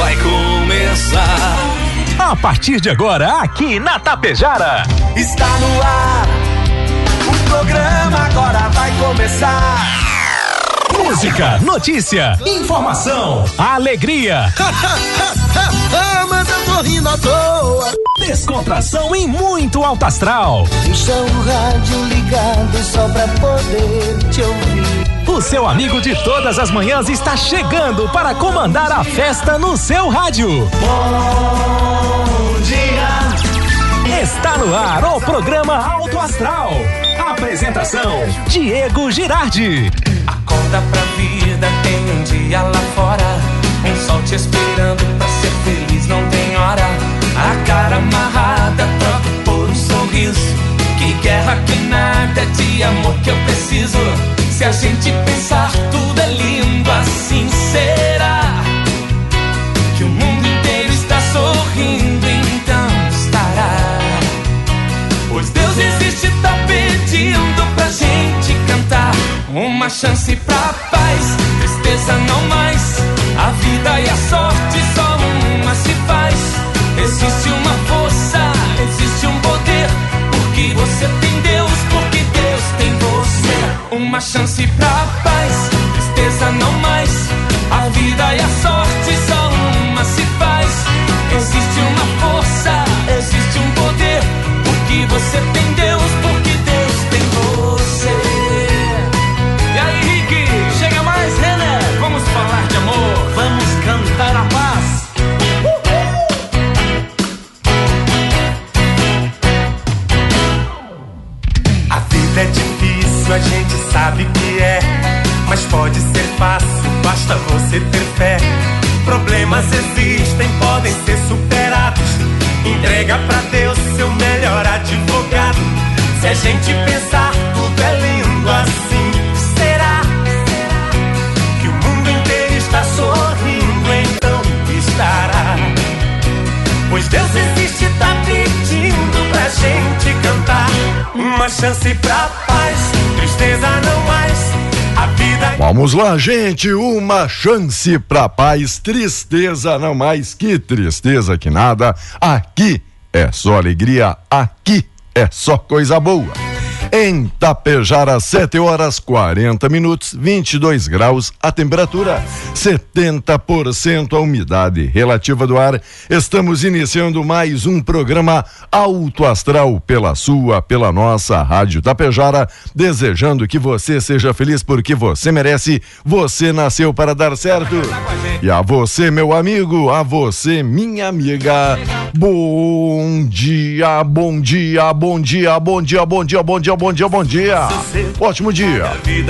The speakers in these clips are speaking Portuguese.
vai começar. A partir de agora, aqui na Tapejara. Está no ar, o programa agora vai começar. Música, notícia, informação, alegria. Mas eu tô rindo à toa. Descontração e muito alto astral. Deixa o rádio ligado só pra poder te ouvir. O seu amigo de todas as manhãs está chegando para comandar a festa no seu rádio. Bom dia. Está no ar o programa Alto Astral. Apresentação: Diego Girardi. Acorda pra vida, tem um dia lá fora. Um sol te esperando pra ser feliz, não tem hora. A cara amarrada, troca por um sorriso. Que guerra, que nada, de amor que eu preciso. Se a gente pensar, tudo é lindo, assim será. Que o mundo inteiro está sorrindo, então estará. Pois Deus existe, tá pedindo pra gente cantar. Uma chance pra paz, tristeza não mais. A vida e a sorte só uma se faz. Existe uma força, existe um poder. Porque você tem Deus, porque Deus tem você. Uma chance pra paz, tristeza não mais. A vida e a sorte só uma se faz. Existe uma força, existe um poder. Porque você tem Deus, porque Deus tem você. E aí, Rick, chega mais, René. Vamos falar de amor, vamos cantar a paz. A vida é difícil, a gente sabe que é. Mas pode ser fácil, basta você ter fé. Problemas existem, podem ser superados. Entrega pra Deus seu melhor advogado. Se a gente pensar, tudo é lindo assim. Será que o mundo inteiro está sorrindo? Então estará. Pois Deus existe, tá pedindo pra gente cantar. Uma chance pra paz, tristeza não mais. A vida... Vamos lá, gente, uma chance pra paz, tristeza não mais. Que tristeza que nada. Aqui é só alegria, aqui é só coisa boa. Em Tapejara, 7h40, 22 graus a temperatura, 70% a umidade relativa do ar. Estamos iniciando mais um programa Alto Astral pela nossa Rádio Tapejara, desejando que você seja feliz porque você merece, você nasceu para dar certo. E a você, meu amigo, a você, minha amiga, bom dia, bom dia, bom dia, bom dia, bom dia, bom dia, bom dia, bom dia. Ótimo dia.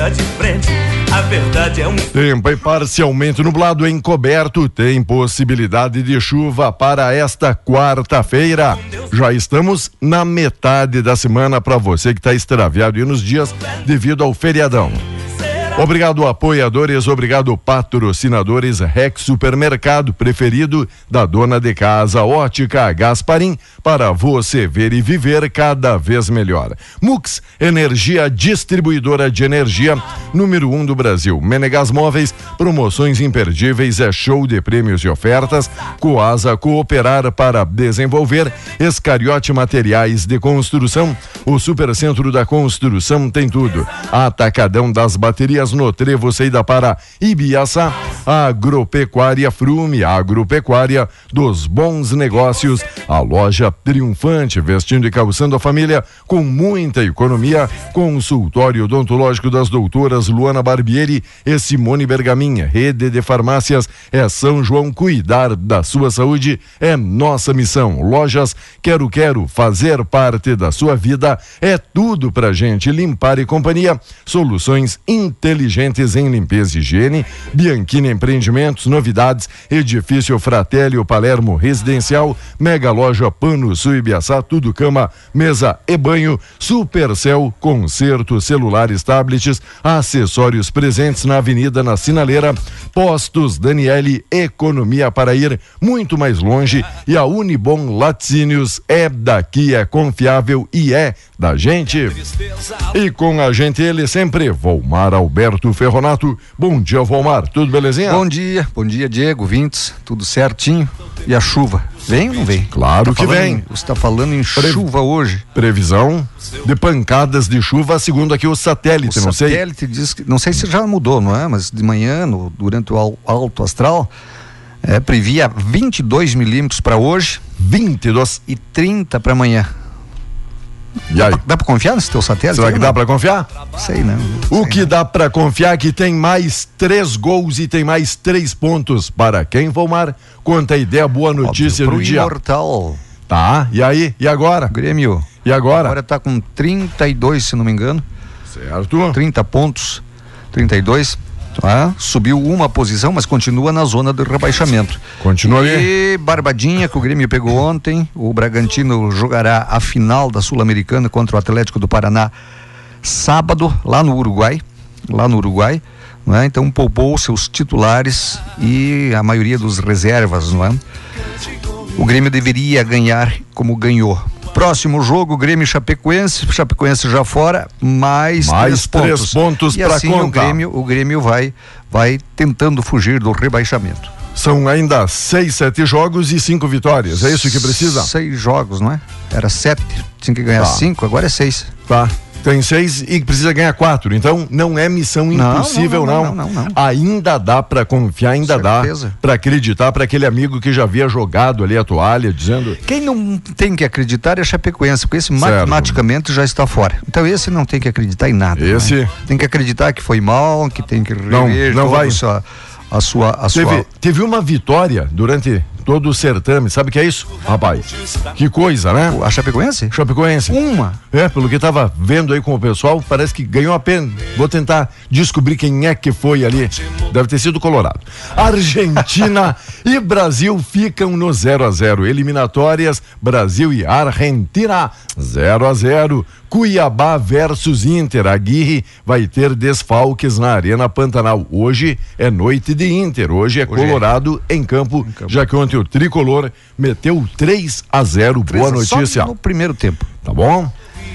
A verdade é um... Tempo é parcialmente nublado, encoberto, tem possibilidade de chuva para esta quarta-feira. Já estamos na metade da semana para você que está extraviado e nos dias devido ao feriadão. Obrigado, apoiadores, obrigado, patrocinadores. Rex Supermercado, preferido da dona de casa, Ótica Gasparim, para você ver e viver cada vez melhor. Mux, energia distribuidora de energia, número 1 do Brasil. Menegas Móveis, promoções imperdíveis, é show de prêmios e ofertas. Coasa, cooperar para desenvolver. Escariote Materiais de Construção, o Supercentro da Construção tem tudo. Atacadão das Baterias no Trevo, saída para Ibiaçá. Agropecuária Frume, agropecuária dos bons negócios. A loja triunfante, vestindo e calçando a família com muita economia. Consultório odontológico das doutoras Luana Barbieri e Simone Bergamin. Rede de farmácias é São João. Cuidar da sua saúde é nossa missão. Lojas Quero fazer parte da sua vida é tudo pra gente. Limpar e Companhia, soluções inteligentes em limpeza e higiene. Bianchini Empreendimentos, novidades, edifício Fratelli Palermo Residencial, mega loja Pano Sul Ibiaçá, tudo cama, mesa e banho. Supercell, conserto, celulares, tablets, acessórios presentes na Avenida, na Sinaleira. Postos Daniele, economia para ir muito mais longe. E a Unibom Laticínios é daqui, é confiável e é da gente. E com a gente ele sempre, Volmar Alberto Ferronato. Bom dia, Volmar, tudo belezinha? Bom dia, Diego, vintes, tudo certinho. E a chuva, vem ou não vem? Claro que vem. Você está falando em chuva hoje. Previsão de pancadas de chuva, segundo aqui o satélite, O satélite diz que, não sei se já mudou, não é? Mas de manhã, durante o alto astral, previa 22 milímetros para hoje. 22 e 30 para amanhã. E aí? Dá pra confiar nesse teu satélite? Será que dá pra confiar? Sei não. O que dá pra confiar é que tem mais 3 gols e tem mais 3 pontos. Para quem, Volmar? Conta a ideia, boa notícia do dia. Imortal. Tá, e aí? E agora? Grêmio. E agora? Agora tá com 32, se não me engano. Certo. 30 pontos, 32. Subiu uma posição, mas continua na zona do rebaixamento. Continua ali. E barbadinha que o Grêmio pegou ontem. O Bragantino jogará a final da Sul-Americana contra o Atlético do Paraná sábado, lá no Uruguai. Não é? Então poupou seus titulares e a maioria dos reservas, não é? O Grêmio deveria ganhar como ganhou. Próximo jogo, Grêmio e Chapecoense já fora, mais 3 pontos para assim contar. O Grêmio vai tentando fugir do rebaixamento. São ainda 6, 7 jogos e 5 vitórias, é isso que precisa? 6 jogos, não é? Era 7, tinha que ganhar 5, agora é 6. Tá. Tem 6 e precisa ganhar 4, então não é missão impossível, não. Ainda dá pra confiar, ainda certeza. Dá pra acreditar pra aquele amigo que já havia jogado ali a toalha, dizendo... Quem não tem que acreditar é a Chapecoense, porque esse matematicamente já está fora. Então esse não tem que acreditar em nada. Esse... Né? Tem que acreditar que foi mal, que tem que rever não vai. A sua... Teve uma vitória durante todo o certame, sabe o que é isso, rapaz? Que coisa, né? A Chapecoense? Chapecoense. Uma? Pelo que tava vendo aí com o pessoal, parece que ganhou a pena. Vou tentar descobrir quem é que foi ali. Deve ter sido Colorado. Argentina e Brasil ficam no 0-0. Eliminatórias, Brasil e Argentina, 0-0. Cuiabá versus Inter. Aguirre vai ter desfalques na Arena Pantanal. Hoje é noite de Inter. Hoje é Colorado em campo, já que ontem o Tricolor meteu 3-0. Boa notícia. Só no primeiro tempo. Tá bom?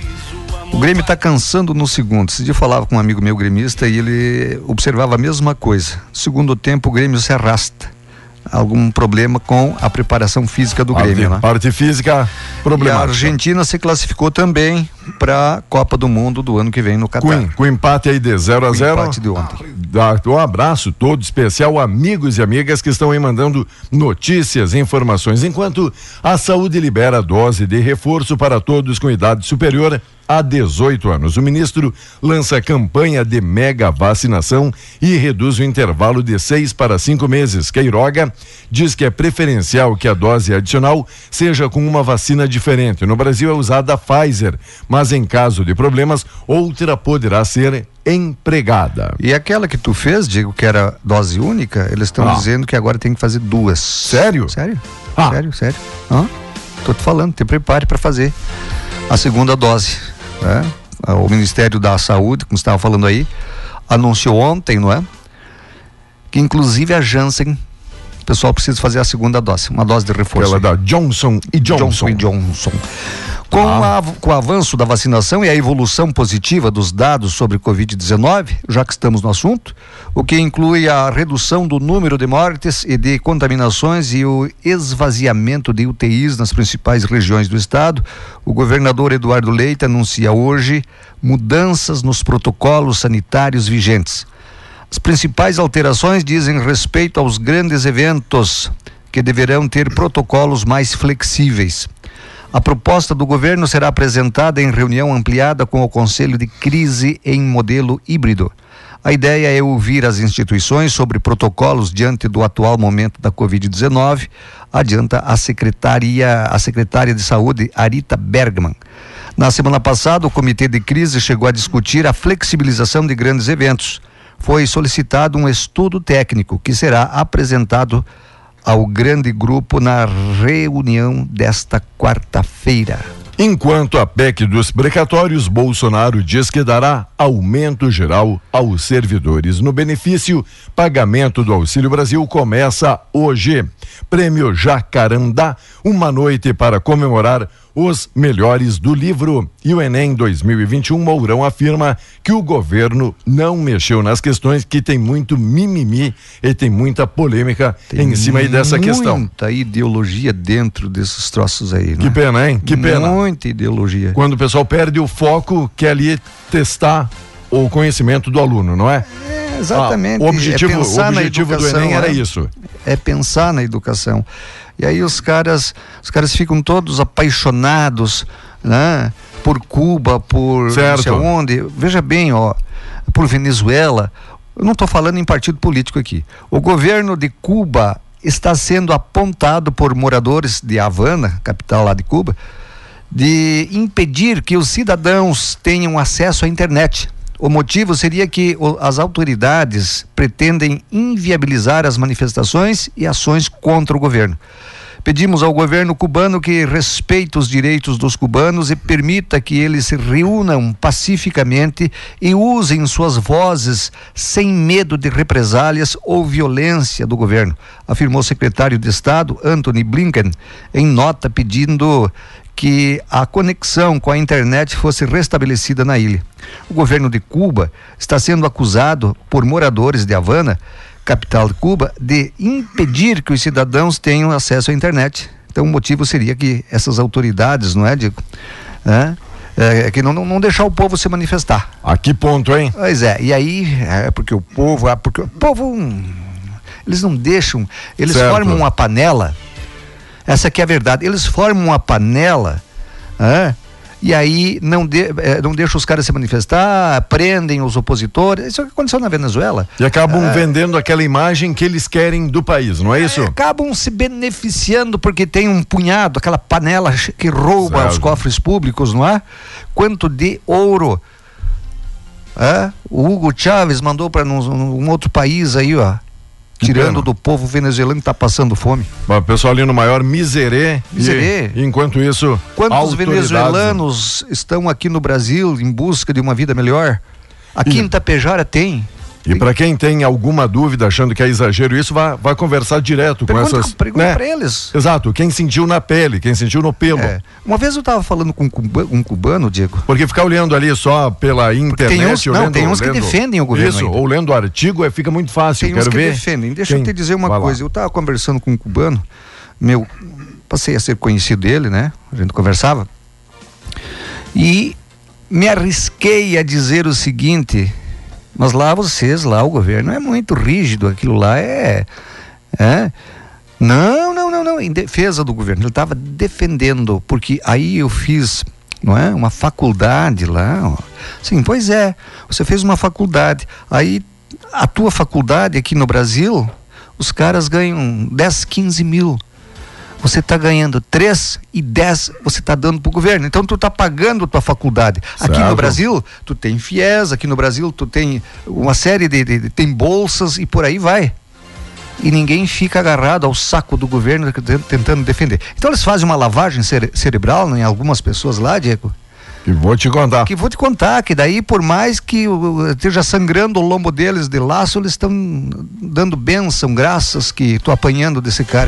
O Grêmio está cansando no segundo. Esse dia eu falava com um amigo meu gremista e ele observava a mesma coisa. No segundo tempo o Grêmio se arrasta. Algum problema com a preparação física do Grêmio, né? Parte física problemática. E a Argentina se classificou também para a Copa do Mundo do ano que vem no Catar. Com empate aí de 0-0. Empate de ontem. Um abraço todo especial, amigos e amigas que estão aí mandando notícias, informações. Enquanto a saúde libera dose de reforço para todos com idade superior a 18 anos. O ministro lança campanha de mega vacinação e reduz o intervalo de 6 para 5 meses. Queiroga diz que é preferencial que a dose adicional seja com uma vacina diferente. No Brasil é usada a Pfizer, mas em caso de problemas, outra poderá ser empregada. E aquela que tu fez, Diego, que era dose única, eles estão dizendo que agora tem que fazer 2. Sério? Sério. Tô te falando, te prepare para fazer a segunda dose. O Ministério da Saúde, como você estava falando aí, anunciou ontem, não é? Que inclusive a Janssen, o pessoal precisa fazer a segunda dose, uma dose de reforço. Ela da Johnson & Johnson. Com o avanço da vacinação e a evolução positiva dos dados sobre Covid-19, já que estamos no assunto, o que inclui a redução do número de mortes e de contaminações e o esvaziamento de UTIs nas principais regiões do estado, o governador Eduardo Leite anuncia hoje mudanças nos protocolos sanitários vigentes. As principais alterações dizem respeito aos grandes eventos, que deverão ter protocolos mais flexíveis. A proposta do governo será apresentada em reunião ampliada com o Conselho de Crise em modelo híbrido. A ideia é ouvir as instituições sobre protocolos diante do atual momento da Covid-19, adianta a secretária de Saúde, Arita Bergman. Na semana passada, o Comitê de Crise chegou a discutir a flexibilização de grandes eventos. Foi solicitado um estudo técnico que será apresentado ao grande grupo na reunião desta quarta-feira. Enquanto a PEC dos precatórios, Bolsonaro diz que dará aumento geral aos servidores. No benefício, pagamento do Auxílio Brasil começa hoje. Prêmio Jacarandá, uma noite para comemorar os melhores do livro. E o Enem 2021, Mourão afirma que o governo não mexeu nas questões, que tem muito mimimi e tem muita polêmica em cima aí dessa questão. Muita ideologia dentro desses troços aí, né? Que pena, hein? Que pena. Muita ideologia. Quando o pessoal perde o foco, quer ali testar o conhecimento do aluno, não é? Exatamente. O objetivo do Enem era isso. É pensar na educação. E aí os caras ficam todos apaixonados, né? Por Cuba, por certo. Não sei onde. Veja bem, por Venezuela. Eu não estou falando em partido político aqui. O governo de Cuba está sendo apontado por moradores de Havana, capital lá de Cuba, de impedir que os cidadãos tenham acesso à internet. O motivo seria que as autoridades pretendem inviabilizar as manifestações e ações contra o governo. Pedimos ao governo cubano que respeite os direitos dos cubanos e permita que eles se reúnam pacificamente e usem suas vozes sem medo de represálias ou violência do governo, afirmou o secretário de Estado, Antony Blinken, em nota pedindo que a conexão com a internet fosse restabelecida na ilha. O governo de Cuba está sendo acusado por moradores de Havana, capital de Cuba, de impedir que os cidadãos tenham acesso à internet. Então o motivo seria que essas autoridades, não é, Diego? Que não deixar o povo se manifestar. A que ponto, hein? Pois é, e aí, porque o povo, eles não deixam, eles certo. formam uma panela, essa aqui é a verdade, eles formam uma panela, e aí não deixam os caras se manifestar, prendem os opositores. Isso é o que aconteceu na Venezuela. E acabam vendendo aquela imagem que eles querem do país, não é isso? Acabam se beneficiando porque tem um punhado, aquela panela que rouba certo. os cofres públicos, não é? Quanto de ouro o Hugo Chávez mandou para um outro país aí, tirando do povo venezuelano que está passando fome. O pessoal ali no maior miserê. E enquanto isso, quantos venezuelanos estão aqui no Brasil em busca de uma vida melhor? Aqui em Itapejara tem. E para quem tem alguma dúvida, achando que é exagero isso, vai conversar direto com essas... Pergunta para eles. Exato, quem sentiu na pele, quem sentiu no pelo. Uma vez eu estava falando com um cubano, Diego. Porque ficar olhando ali só pela internet... Tem uns que defendem o governo. Isso, ainda. ou lendo artigo, fica muito fácil. Tem uns que defendem. Deixa eu te dizer uma coisa. Eu estava conversando com um cubano, passei a ser conhecido dele, né? A gente conversava. E me arrisquei a dizer o seguinte... Mas lá o governo é muito rígido, aquilo lá Não, em defesa do governo, ele estava defendendo, porque aí eu fiz, não é, uma faculdade lá, sim, pois é, você fez uma faculdade, aí a tua faculdade aqui no Brasil, os caras ganham 10, 15 mil, você está ganhando 3 e 10 você está dando para o governo, então tu está pagando a tua faculdade. Certo. Aqui no Brasil tu tem FIES, aqui no Brasil tu tem uma série tem bolsas e por aí vai, e ninguém fica agarrado ao saco do governo tentando defender. Então eles fazem uma lavagem cerebral em algumas pessoas lá, Diego, que vou te contar, que daí por mais que esteja sangrando o lombo deles de laço, eles estão dando bênção, graças que tô apanhando desse cara.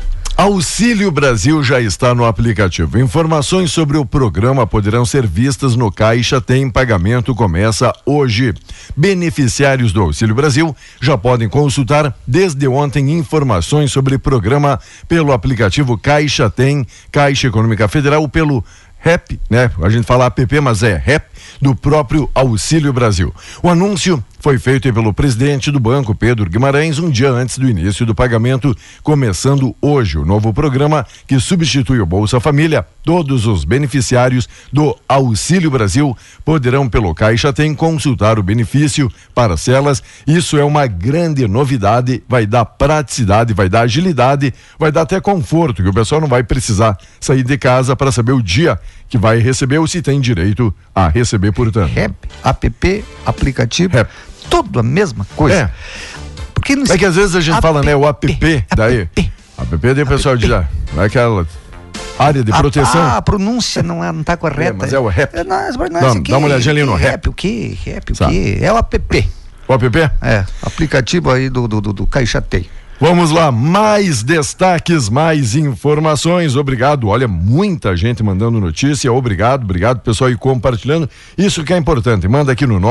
Auxílio Brasil já está no aplicativo. Informações sobre o programa poderão ser vistas no Caixa Tem. Pagamento começa hoje. Beneficiários do Auxílio Brasil já podem consultar desde ontem informações sobre o programa pelo aplicativo Caixa Tem, Caixa Econômica Federal, pelo REP, né? A gente fala app, mas é REP, do próprio Auxílio Brasil. O anúncio foi feito pelo presidente do banco, Pedro Guimarães, um dia antes do início do pagamento, começando hoje o novo programa que substitui o Bolsa Família. Todos os beneficiários do Auxílio Brasil poderão, pelo Caixa Tem, consultar o benefício, parcelas. Isso é uma grande novidade, vai dar praticidade, vai dar agilidade, vai dar até conforto, que o pessoal não vai precisar sair de casa para saber o dia que vai receber ou se tem direito a receber, portanto. REP, app, aplicativo, REP. Tudo a mesma coisa. Porque não é que às vezes a gente fala, né, o app, daí daí o pessoal diz, não é aquela área de proteção. A pronúncia não está correta. Mas é o REP. Não, dá uma olhadinha ali no REP. O quê? É o app. O app? Aplicativo aí do Caixa Tem. Vamos lá, mais destaques, mais informações, obrigado, olha, muita gente mandando notícia, obrigado pessoal aí compartilhando, isso que é importante, manda aqui no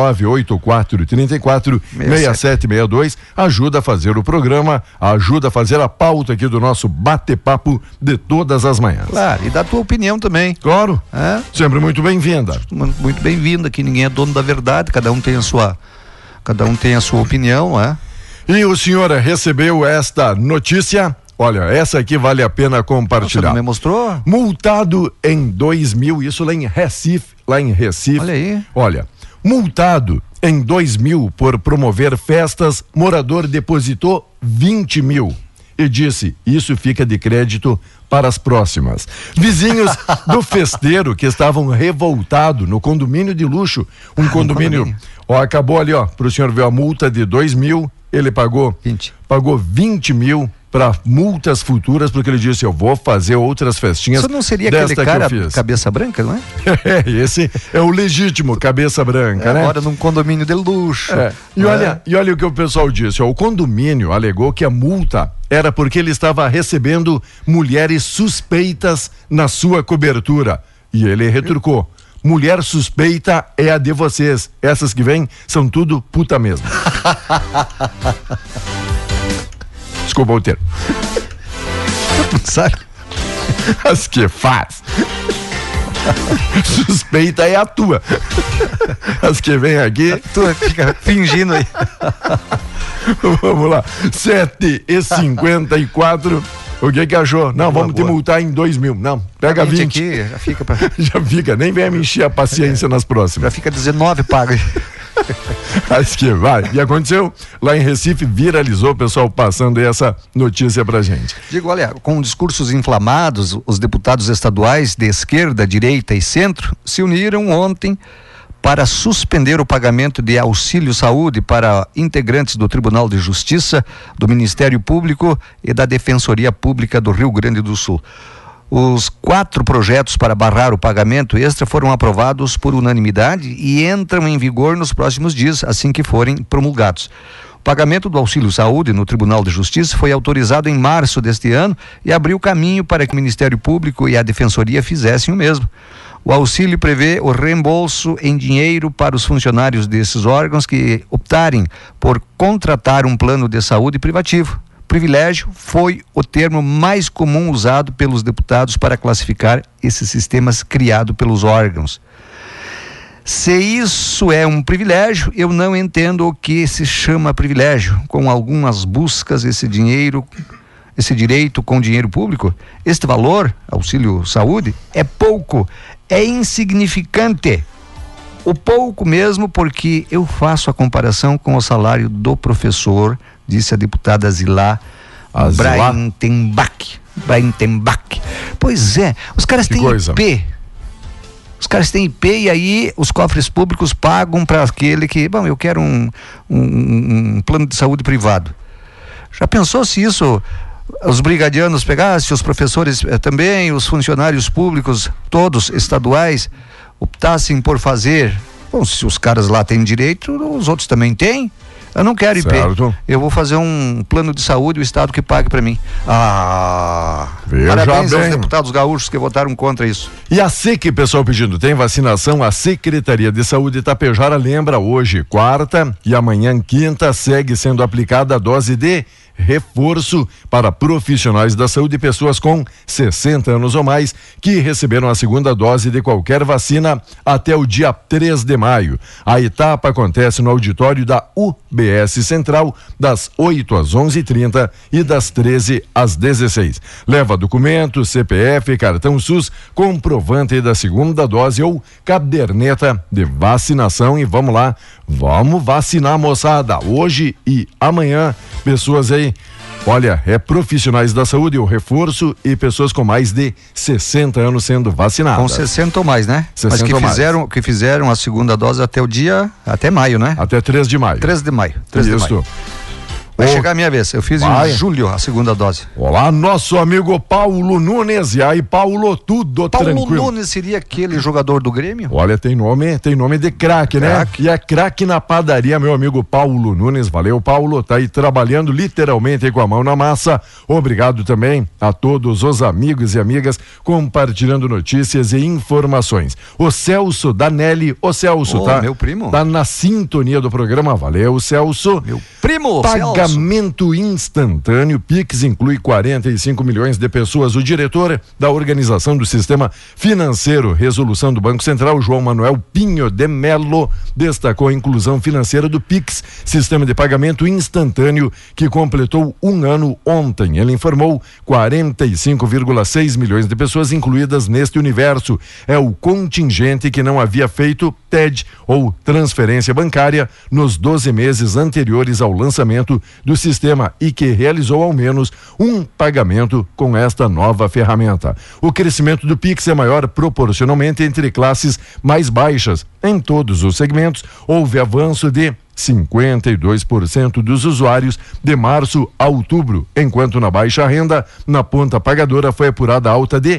984-34-6762, ajuda a fazer o programa, ajuda a fazer a pauta aqui do nosso bate-papo de todas as manhãs. Claro, e da tua opinião também. Claro, sempre muito bem-vinda. Muito bem-vinda, que ninguém é dono da verdade, cada um tem a sua opinião, E o senhor recebeu esta notícia? Olha, essa aqui vale a pena compartilhar. Você não me mostrou? Multado em 2000, isso lá em Recife. Olha aí. Olha, multado em 2000 por promover festas, morador depositou 20 mil e disse, isso fica de crédito para as próximas. Vizinhos do festeiro que estavam revoltados no condomínio de luxo, condomínio. Acabou ali, pro senhor ver a multa de 2 mil, ele pagou 20 mil para multas futuras, porque ele disse, eu vou fazer outras festinhas. Isso não seria aquele cara cabeça branca, não é? Esse é o legítimo cabeça branca, né? Agora num condomínio de luxo. E olha o que o pessoal disse, o condomínio alegou que a multa era porque ele estava recebendo mulheres suspeitas na sua cobertura. E ele retrucou, mulher suspeita é a de vocês. Essas que vêm são tudo puta mesmo. Desculpa o termo. Sabe? As que faz. Suspeita é a tua. As que vem aqui. A tua fica fingindo aí. Vamos lá. 7h54. O que achou? Não, vamos te multar em 2 mil. Não, pega 20. Aqui, já fica pra... Já fica, nem venha me encher a paciência nas próximas. Já fica 19, paga. Acho que vai. E aconteceu lá em Recife, viralizou o pessoal passando essa notícia pra gente. Digo, olha, com discursos inflamados, os deputados estaduais de esquerda, direita e centro se uniram ontem para suspender o pagamento de auxílio saúde para integrantes do Tribunal de Justiça, do Ministério Público e da Defensoria Pública do Rio Grande do Sul. Os 4 projetos para barrar o pagamento extra foram aprovados por unanimidade e entram em vigor nos próximos dias, assim que forem promulgados. O pagamento do auxílio saúde no Tribunal de Justiça foi autorizado em março deste ano e abriu caminho para que o Ministério Público e a Defensoria fizessem o mesmo. O auxílio prevê o reembolso em dinheiro para os funcionários desses órgãos que optarem por contratar um plano de saúde privativo. Privilégio foi o termo mais comum usado pelos deputados para classificar esses sistemas criados pelos órgãos. Se isso é um privilégio, eu não entendo o que se chama privilégio. Com algumas buscas, esse direito com dinheiro público, este valor, auxílio saúde, é pouco, é insignificante. O pouco mesmo, porque eu faço a comparação com o salário do professor, disse a deputada Zilá Braitenbach. Pois é, os caras têm IP. Os caras têm IP e aí os cofres públicos pagam para aquele que, bom, eu quero um plano de saúde privado. Já pensou se isso os brigadianos pegassem, os professores também, os funcionários públicos, todos estaduais, optassem por fazer? Bom, se os caras lá têm direito, os outros também têm. Eu não quero IP. Certo. Eu vou fazer um plano de saúde, o Estado que pague para mim. Parabéns aos deputados gaúchos que votaram contra isso. E a SEC, pessoal pedindo, tem vacinação? A Secretaria de Saúde Itapejara lembra hoje, quarta, e amanhã, quinta, segue sendo aplicada a dose de reforço para profissionais da saúde e pessoas com 60 anos ou mais que receberam a segunda dose de qualquer vacina até o dia 3 de maio. A etapa acontece no auditório da UBS Central das 8 às 11h30 e das 13 às 16. Leva documento, CPF, cartão SUS, comprovante da segunda dose ou caderneta de vacinação e vamos lá, vamos vacinar, moçada, hoje e amanhã. Pessoas aí, olha, profissionais da saúde, o reforço e pessoas com mais de 60 anos sendo vacinadas. Com 60 ou mais, né? 60 Mas que fizeram a segunda dose até maio, né? Até 3 de maio. 3 de maio. Isso. Vai chegar a minha vez. Eu fiz em julho a segunda dose. Olá, nosso amigo Paulo Nunes. E aí, Paulo, tudo tranquilo? Paulo Nunes seria aquele jogador do Grêmio? Olha, tem nome de craque, né? E é craque na padaria, meu amigo Paulo Nunes. Valeu, Paulo. Tá aí trabalhando literalmente aí com a mão na massa. Obrigado também a todos os amigos e amigas compartilhando notícias e informações. O Celso Danelli, tá? Meu primo. Tá na sintonia do programa. Valeu, Celso. Meu primo, Pagamento instantâneo. Pix inclui 45 milhões de pessoas. O diretor da organização do Sistema Financeiro Resolução do Banco Central, João Manuel Pinho de Melo, destacou a inclusão financeira do Pix, sistema de pagamento instantâneo que completou 1 ano ontem. Ele informou 45,6 milhões de pessoas incluídas neste universo. É o contingente que não havia feito TED ou transferência bancária nos 12 meses anteriores ao lançamento do sistema e que realizou ao menos um pagamento com esta nova ferramenta. O crescimento do Pix é maior proporcionalmente entre classes mais baixas. Em todos os segmentos, houve avanço de 52% dos usuários de março a outubro, enquanto na baixa renda, na ponta pagadora, foi apurada alta de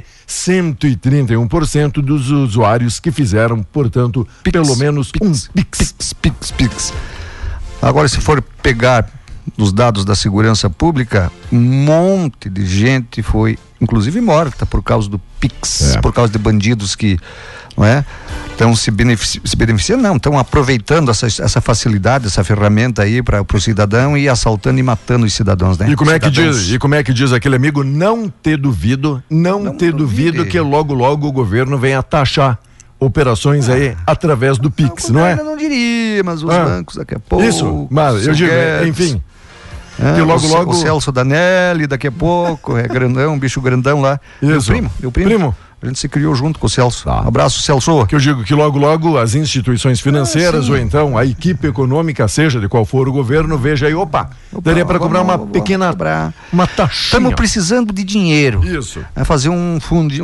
131% dos usuários que fizeram, portanto, pelo menos um Pix. Agora, se for pegar os dados da segurança pública, um monte de gente foi, inclusive, morta por causa do Pix, por causa de bandidos que, não é? Estão se beneficiando, não, estão aproveitando essa facilidade, essa ferramenta aí para o cidadão e assaltando e matando os cidadãos, né? E como é que diz aquele amigo? Não te duvido que logo o governo venha taxar operações aí através do Pix, não é? Eu não diria, mas os bancos daqui a pouco. Isso, mas eu digo, enfim. Que logo o Celso Danelli, daqui a pouco, é grandão, um bicho grandão lá. Isso. Meu primo. A gente se criou junto com o Celso. Tá. Um abraço, Celso. Que eu digo que logo as instituições financeiras ou então a equipe econômica, seja de qual for o governo, veja aí, daria para cobrar uma pequena uma taxinha. Estamos precisando de dinheiro. Isso. É fazer um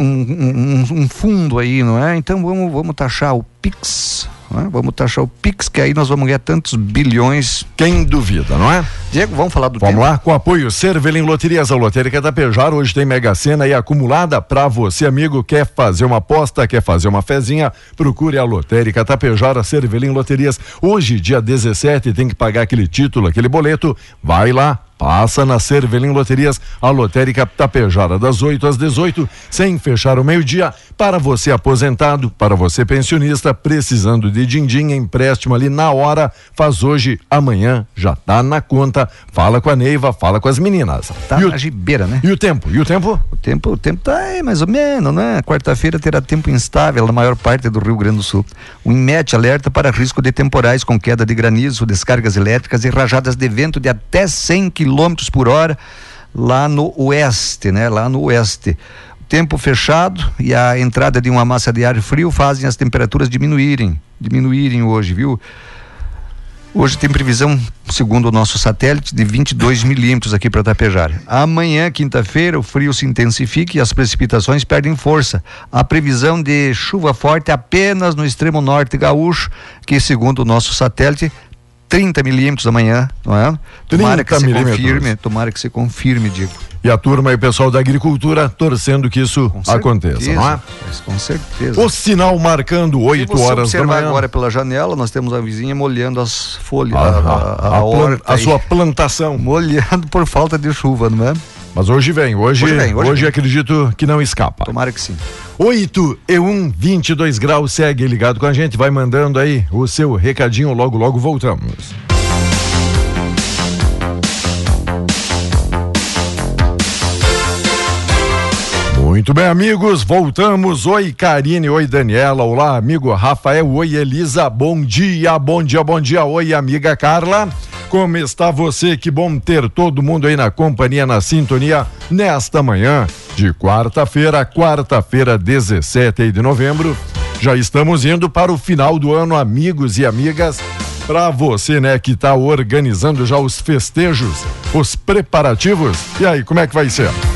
fundo aí, não é? Então vamos taxar o Pix. Vamos taxar o Pix, que aí nós vamos ganhar tantos bilhões. Quem duvida, não é? Diego, vamos falar do tempo. Vamos lá, com apoio Cervelim Loterias, a lotérica da Tapejara. Hoje tem Mega Sena aí acumulada para você, amigo. Quer fazer uma aposta, quer fazer uma fezinha? Procure a lotérica Tapejara, Cervelim Loterias. Hoje, dia 17, tem que pagar aquele título, aquele boleto. Vai lá. Passa na Cervelim Loterias, a lotérica Tapejara, das 8 às 18, sem fechar o meio-dia. Para você aposentado, para você pensionista, precisando de din-din, empréstimo ali na hora, faz hoje, amanhã, já tá na conta. Fala com a Neiva, fala com as meninas. Tá na gibeira, né? E o tempo? O tempo tá aí, mais ou menos, né? Quarta-feira terá tempo instável na maior parte do Rio Grande do Sul. O INMET alerta para risco de temporais com queda de granizo, descargas elétricas e rajadas de vento de até 100 km por hora lá no oeste, né? Lá no oeste. Tempo fechado e a entrada de uma massa de ar frio fazem as temperaturas diminuírem hoje, viu? Hoje tem previsão, segundo o nosso satélite, de 22 milímetros aqui para Tapejara. Amanhã, quinta-feira, o frio se intensifica e as precipitações perdem força. A previsão de chuva forte apenas no extremo norte gaúcho, que segundo o nosso satélite, 30 milímetros amanhã, não é? Tomara que se confirme, Diego. E a turma e o pessoal da agricultura torcendo que isso aconteça, não é? Com certeza. O sinal marcando 8 horas da manhã. Agora pela janela, nós temos a vizinha molhando as folhas, a sua plantação. Molhando por falta de chuva, não é? Mas hoje vem. Hoje acredito que não escapa. Tomara que sim. 8:01, 22 graus, segue ligado com a gente, vai mandando aí o seu recadinho, logo voltamos. Muito bem, amigos, voltamos. Oi, Karine, oi, Daniela, olá, amigo Rafael, oi, Elisa, bom dia. Oi, amiga Carla. Como está você? Que bom ter todo mundo aí na companhia, na sintonia, nesta manhã de quarta-feira, 17 de novembro. Já estamos indo para o final do ano, amigos e amigas. Para você, né, que está organizando já os festejos, os preparativos. E aí, como é que vai ser?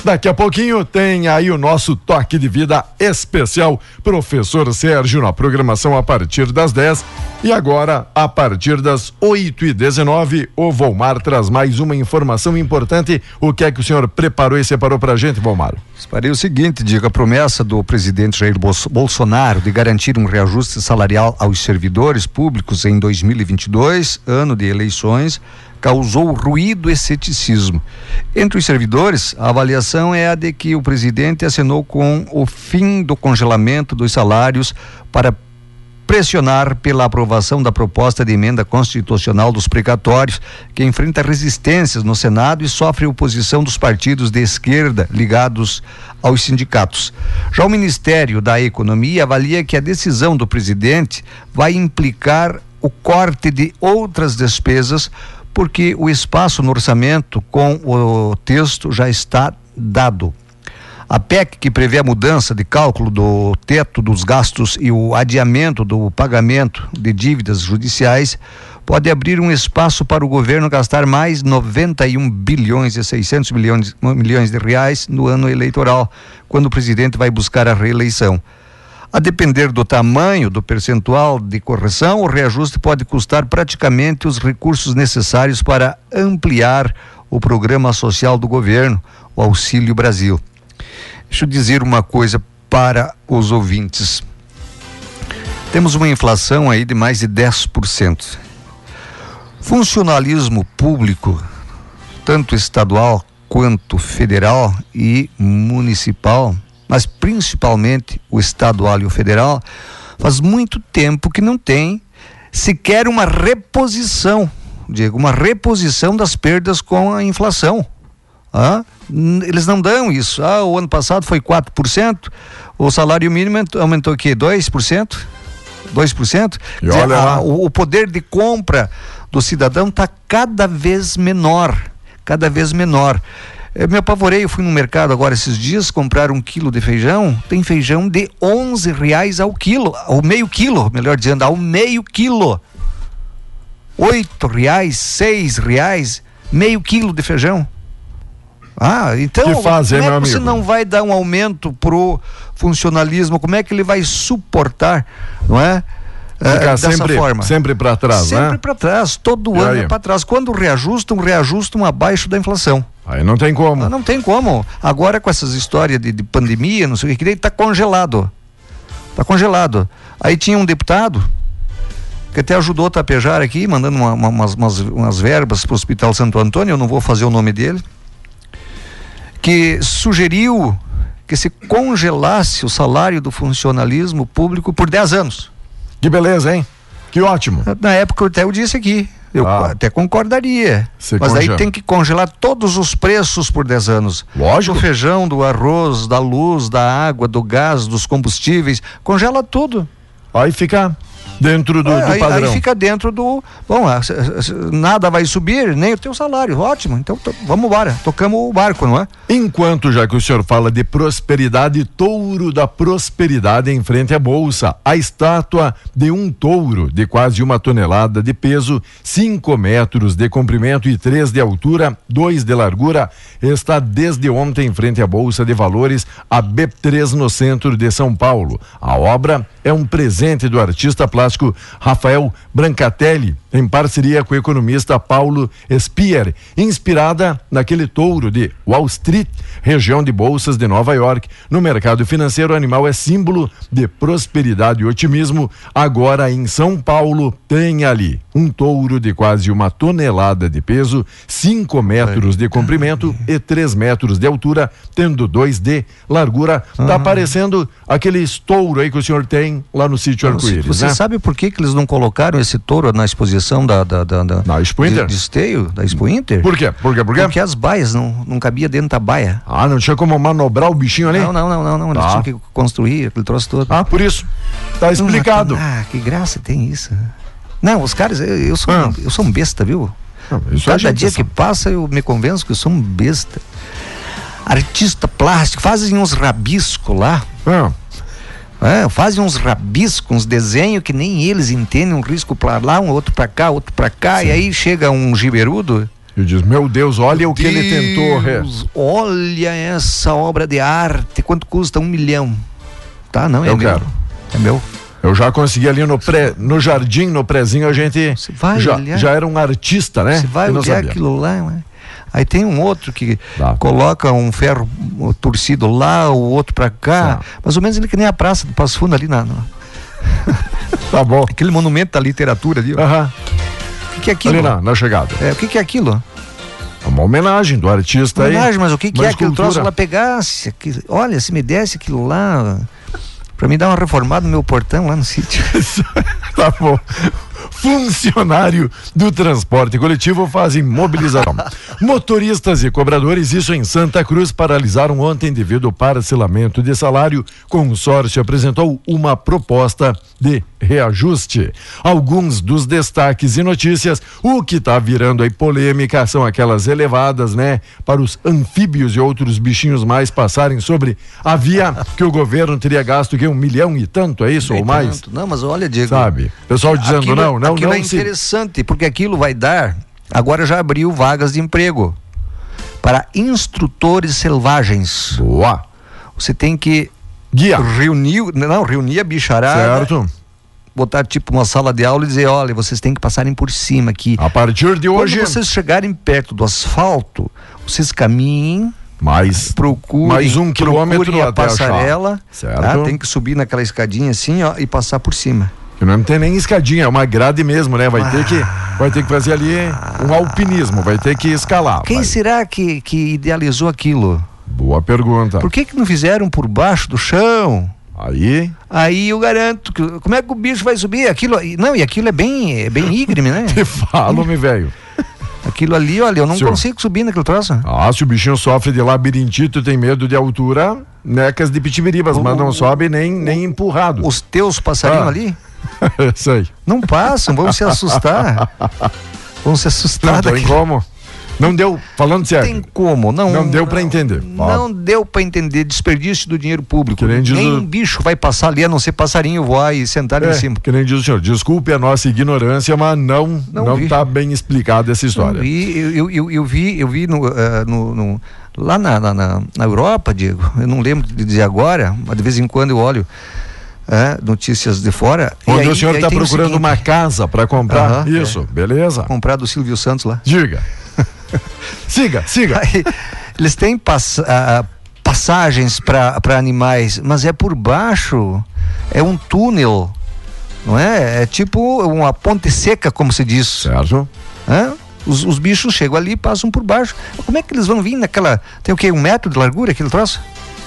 Daqui a pouquinho tem aí o nosso toque de vida especial, professor Sérgio, na programação a partir das 10. E agora, a partir das 8h19, o Volmar traz mais uma informação importante. O que é que o senhor preparou e separou pra gente, Volmar? Separei o seguinte, diga, a promessa do presidente Jair Bolsonaro de garantir um reajuste salarial aos servidores públicos em 2022, ano de eleições, causou ruído e ceticismo. Entre os servidores, a avaliação é a de que o presidente assinou com o fim do congelamento dos salários para pressionar pela aprovação da proposta de emenda constitucional dos precatórios, que enfrenta resistências no Senado e sofre oposição dos partidos de esquerda ligados aos sindicatos. Já o Ministério da Economia avalia que a decisão do presidente vai implicar o corte de outras despesas, porque o espaço no orçamento com o texto já está dado. A PEC, que prevê a mudança de cálculo do teto dos gastos e o adiamento do pagamento de dívidas judiciais, pode abrir um espaço para o governo gastar mais 91 bilhões e 600 milhões de reais no ano eleitoral, quando o presidente vai buscar a reeleição. A depender do tamanho do percentual de correção, o reajuste pode custar praticamente os recursos necessários para ampliar o programa social do governo, o Auxílio Brasil. Deixa eu dizer uma coisa para os ouvintes. Temos uma inflação aí de mais de 10%. Funcionalismo público, tanto estadual quanto federal e municipal, mas principalmente o estadual e o federal, faz muito tempo que não tem sequer uma reposição, Diego, uma reposição das perdas com a inflação. Eles não dão isso. O ano passado foi 4%, o salário mínimo aumentou o quê? 2%? 2%? E olha lá. O poder de compra do cidadão está cada vez menor. Cada vez menor. Eu me apavorei, eu fui no mercado agora esses dias comprar 1 quilo de feijão. Tem feijão de R$11 ao quilo, ao meio quilo, melhor dizendo, ao meio quilo. R$8, R$6, meio quilo de feijão. Então que faz, como meu é que você amigo? não vai dar um aumento pro funcionalismo? Como é que ele vai suportar, não é? Ficar Dessa forma. Sempre para trás, né? Sempre para trás, todo ano é para trás. Quando reajustam abaixo da inflação. Aí não tem como. Não tem como. Agora com essas histórias de pandemia, não sei o que, está congelado. Está congelado. Aí tinha um deputado que até ajudou a tapejar aqui, mandando umas verbas para o Hospital Santo Antônio, eu não vou fazer o nome dele, que sugeriu que se congelasse o salário do funcionalismo público por 10 anos. Que beleza, hein? Que ótimo. Na época até eu disse aqui, eu até concordaria, mas aí tem que congelar todos os preços por 10 anos. Lógico. Do feijão, do arroz, da luz, da água, do gás, dos combustíveis, congela tudo. Aí fica dentro do padrão. Aí fica dentro do... Bom, nada vai subir, nem o teu salário. Ótimo, então vamos embora. Tocamos o barco, não é? Enquanto, já que o senhor fala de prosperidade, touro da prosperidade em frente à Bolsa. A estátua de um touro de quase 1 tonelada de peso, 5 metros de comprimento e 3 de altura, 2 de largura, está desde ontem em frente à Bolsa de Valores, a B3 no centro de São Paulo. A obra é um presente do artista plástico Rafael Brancatelli, em parceria com o economista Paulo Spier, inspirada naquele touro de Wall Street, região de bolsas de Nova York. No mercado financeiro, o animal é símbolo de prosperidade e otimismo. Agora, em São Paulo, tem ali um touro de quase 1 tonelada de peso, 5 metros de comprimento e 3 metros de altura, tendo 2 de largura. Tá parecendo aquele touro aí que o senhor tem lá no sítio Arco-Íris, Você sabe por que eles não colocaram esse touro na exposição da Expo Inter? De esteio, da Expo Inter? Por quê? Porque as baias não cabia dentro da baia. Não tinha como manobrar o bichinho ali? Não, eles tinham que construir aquele troço todo. Por isso. Tá explicado. Que graça tem isso. Não, os caras, eu sou um besta, viu? Cada dia que passa eu me convenço que eu sou um besta. Artista plástico, fazem uns rabiscos lá. Fazem uns rabiscos, uns desenhos que nem eles entendem, um risco pra lá, um outro pra cá, outro pra cá. Sim. E aí chega um giberudo E diz, meu Deus, olha o que ele tentou. Olha essa obra de arte, quanto custa? 1 milhão. Tá, não, eu quero. É meu. Eu já consegui ali no jardim, no prézinho, a gente já era um artista, né? Você vai olhar aquilo lá, né? Aí tem um outro que coloca um ferro torcido lá, o outro pra cá, mais ou menos ele que nem a praça do Passo Fundo ali Tá bom. Aquele monumento da literatura ali, ó. O que é aquilo? Ali na chegada. O que é aquilo? É uma homenagem do artista aí. Mas o que é aquele troço lá pegasse? Olha, se me desse aquilo lá, pra mim dar uma reformada no meu portão lá no sítio. Tá bom. Funcionário do transporte coletivo fazem mobilização. Motoristas e cobradores, isso em Santa Cruz, paralisaram ontem devido ao parcelamento de salário. Consórcio apresentou uma proposta de reajuste. Alguns dos destaques e notícias, o que está virando aí polêmica são aquelas elevadas, né, para os anfíbios e outros bichinhos mais passarem sobre a via que o governo teria gasto que 1 milhão e tanto, é isso ou mais? Não, mas olha, Diego, sabe, pessoal dizendo aquilo é interessante, porque aquilo vai dar, agora já abriu vagas de emprego para instrutores selvagens. Boa. Você tem que reunir a bicharada, certo, botar tipo uma sala de aula e dizer, olha, vocês têm que passarem por cima aqui. A partir de hoje, quando vocês chegarem perto do asfalto, vocês caminhem, procurem mais 1 quilômetro a até passarela, certo? Tá? Tem que subir naquela escadinha assim, ó, e passar por cima. Que não tem nem escadinha, é uma grade mesmo, né? Vai ter que fazer ali um alpinismo, vai ter que escalar. Quem será que idealizou aquilo? Boa pergunta. Por que não fizeram por baixo do chão? Aí eu garanto que, como é que o bicho vai subir? Aquilo é bem íngreme, né? Te falo, meu velho. Aquilo ali, olha, eu não consigo subir naquele troço. Se o bichinho sofre de labirintite, tem medo de altura, necas de pitibiribas, mas não sobe nem empurrado. Os teus passarinhos ali? Sei. Não passam, vão se assustar. Não tem como. Não deu, falando sério. Tem como, não deu pra entender. Não deu pra entender, desperdício do dinheiro público. Nem um bicho vai passar ali, a não ser passarinho voar e sentar ali em cima. Que nem diz o senhor, desculpe a nossa ignorância, mas não tá bem explicada essa história. Eu vi lá na Europa, Diego, eu não lembro de dizer agora, mas de vez em quando eu olho notícias de fora. Onde o senhor está procurando uma casa para comprar. Isso, beleza. Comprar do Silvio Santos lá. Diga. Siga. Aí, eles têm passagens para animais, mas é por baixo, é um túnel, não é? É tipo uma ponte seca, como se diz. Certo. Os bichos chegam ali e passam por baixo. Como é que eles vão vir naquela... Tem o quê? 1 metro de largura aquele troço?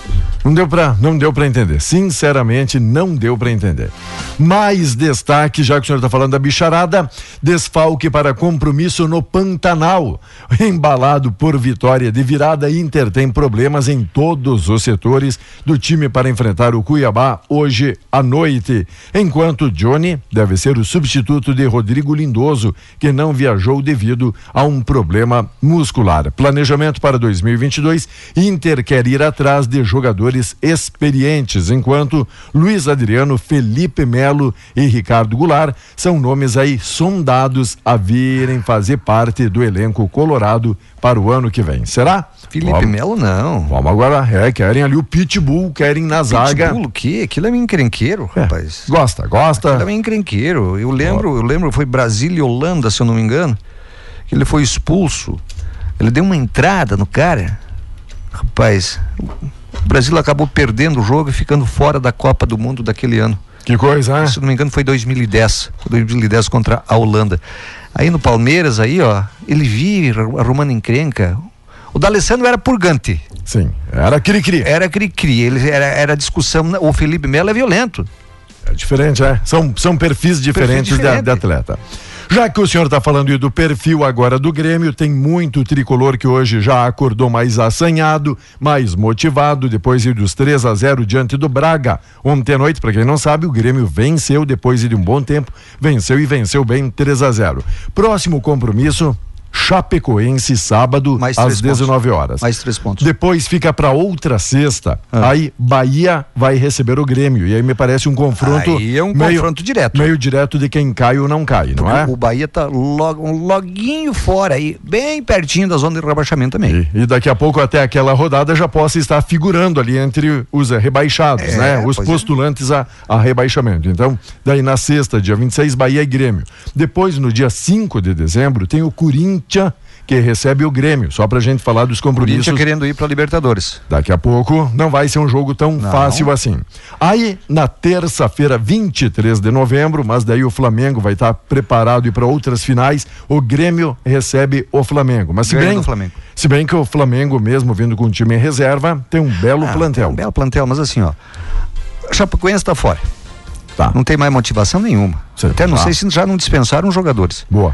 Não deu para entender. Sinceramente, não deu para entender. Mais destaque, já que o senhor está falando da bicharada, desfalque para compromisso no Pantanal. Embalado por vitória de virada, Inter tem problemas em todos os setores do time para enfrentar o Cuiabá hoje à noite. Enquanto Johnny deve ser o substituto de Rodrigo Lindoso, que não viajou devido a um problema muscular. Planejamento para 2022, Inter quer ir atrás de jogadores experientes, enquanto Luiz Adriano, Felipe Melo e Ricardo Goulart são nomes aí sondados a virem fazer parte do elenco colorado para o ano que vem. Será? Felipe Melo não. Vamos agora, querem ali o Pitbull, querem na zaga. Pitbull o quê? Aquilo é meio encrenqueiro, rapaz. Gosta. Aquilo é meio encrenqueiro. Eu lembro, foi Brasília e Holanda, se eu não me engano, que ele foi expulso. Ele deu uma entrada no cara. Rapaz, o Brasil acabou perdendo o jogo e ficando fora da Copa do Mundo daquele ano. Que coisa, hein? Se não me engano foi 2010 contra a Holanda. Aí no Palmeiras, aí ó, ele vive arrumando encrenca. O D'Alessandro era purgante. Sim, era cri-cri. Era discussão. O Felipe Melo é violento. É diferente, São perfis diferentes de atleta. Já que o senhor está falando do perfil agora do Grêmio, tem muito tricolor que hoje já acordou mais assanhado, mais motivado, depois dos 3-0 diante do Braga. Ontem à noite, para quem não sabe, o Grêmio venceu depois de um bom tempo, venceu bem 3-0. Próximo compromisso Chapecoense, sábado, às 19 horas. Mais 3 pontos. Depois fica para outra sexta. Aí Bahia vai receber o Grêmio. E aí me parece um confronto. Aí é um confronto direto. Meio direto de quem cai ou não cai, não é? O Bahia tá um loguinho fora aí, bem pertinho da zona de rebaixamento também. E daqui a pouco, até aquela rodada, já possa estar figurando ali entre os rebaixados, né? Os postulantes a rebaixamento. Então, daí na sexta, dia 26, Bahia e Grêmio. Depois, no dia 5 de dezembro, tem o Corinthians, que recebe o Grêmio, só pra gente falar dos compromissos. Corinthians querendo ir pra Libertadores. Daqui a pouco não vai ser um jogo tão fácil assim. Aí, na terça-feira, 23 de novembro, mas daí o Flamengo vai estar preparado e para outras finais, o Grêmio recebe o Flamengo. Mas se bem que o Flamengo, mesmo vindo com o time em reserva, tem um belo plantel. Um belo plantel, mas assim, ó, a Chapecoense tá fora. Tá. Não tem mais motivação nenhuma. Sim. Até não sei se já não dispensaram os jogadores. Boa.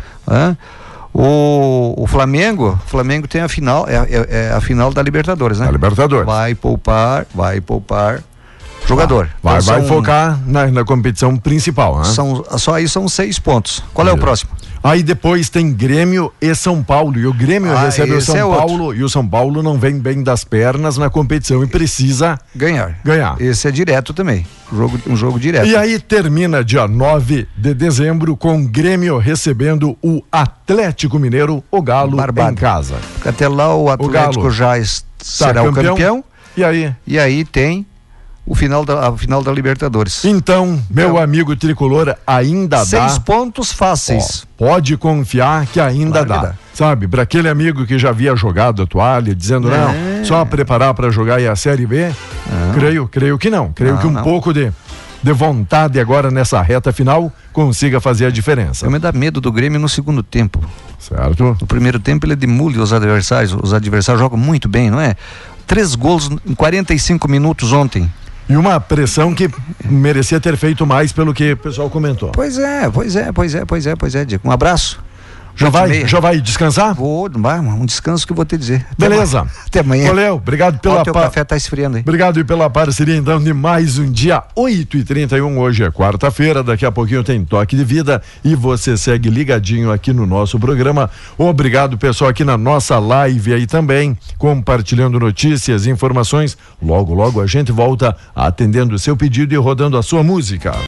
O Flamengo tem a final, é a final da Libertadores, né? Da Libertadores. Vai poupar jogador. Vai focar na competição principal, né? Só aí são 6 pontos. Qual é o próximo? Aí depois tem Grêmio e São Paulo, e o Grêmio recebe o São Paulo, e o São Paulo não vem bem das pernas na competição e precisa ganhar. Esse é direto também, um jogo direto. E aí termina dia 9 de dezembro com o Grêmio recebendo o Atlético Mineiro, o Galo, em casa. Até lá o Atlético já será o campeão. E aí tem a final da Libertadores. Então, meu amigo tricolor, ainda dá. 6 pontos fáceis. Pode confiar que ainda dá. Sabe, para aquele amigo que já havia jogado a toalha, dizendo não, só preparar para jogar e a Série B, creio que não. Creio que um pouco de vontade agora nessa reta final consiga fazer a diferença. Eu me dá medo do Grêmio no segundo tempo. Certo. No primeiro tempo ele demole os adversários jogam muito bem, não é? 3 gols em 45 minutos ontem. E uma pressão que merecia ter feito mais pelo que o pessoal comentou. Pois é, Diego. Um abraço. Já vai descansar? Vou, um descanso que eu vou te dizer. Beleza. Até amanhã. Valeu, obrigado pela O teu café tá esfriando aí. Obrigado e pela parceria então de mais um dia 8h31, hoje é quarta-feira, daqui a pouquinho tem Toque de Vida e você segue ligadinho aqui no nosso programa. Obrigado pessoal aqui na nossa live aí também, compartilhando notícias, informações. Logo a gente volta atendendo o seu pedido e rodando a sua música.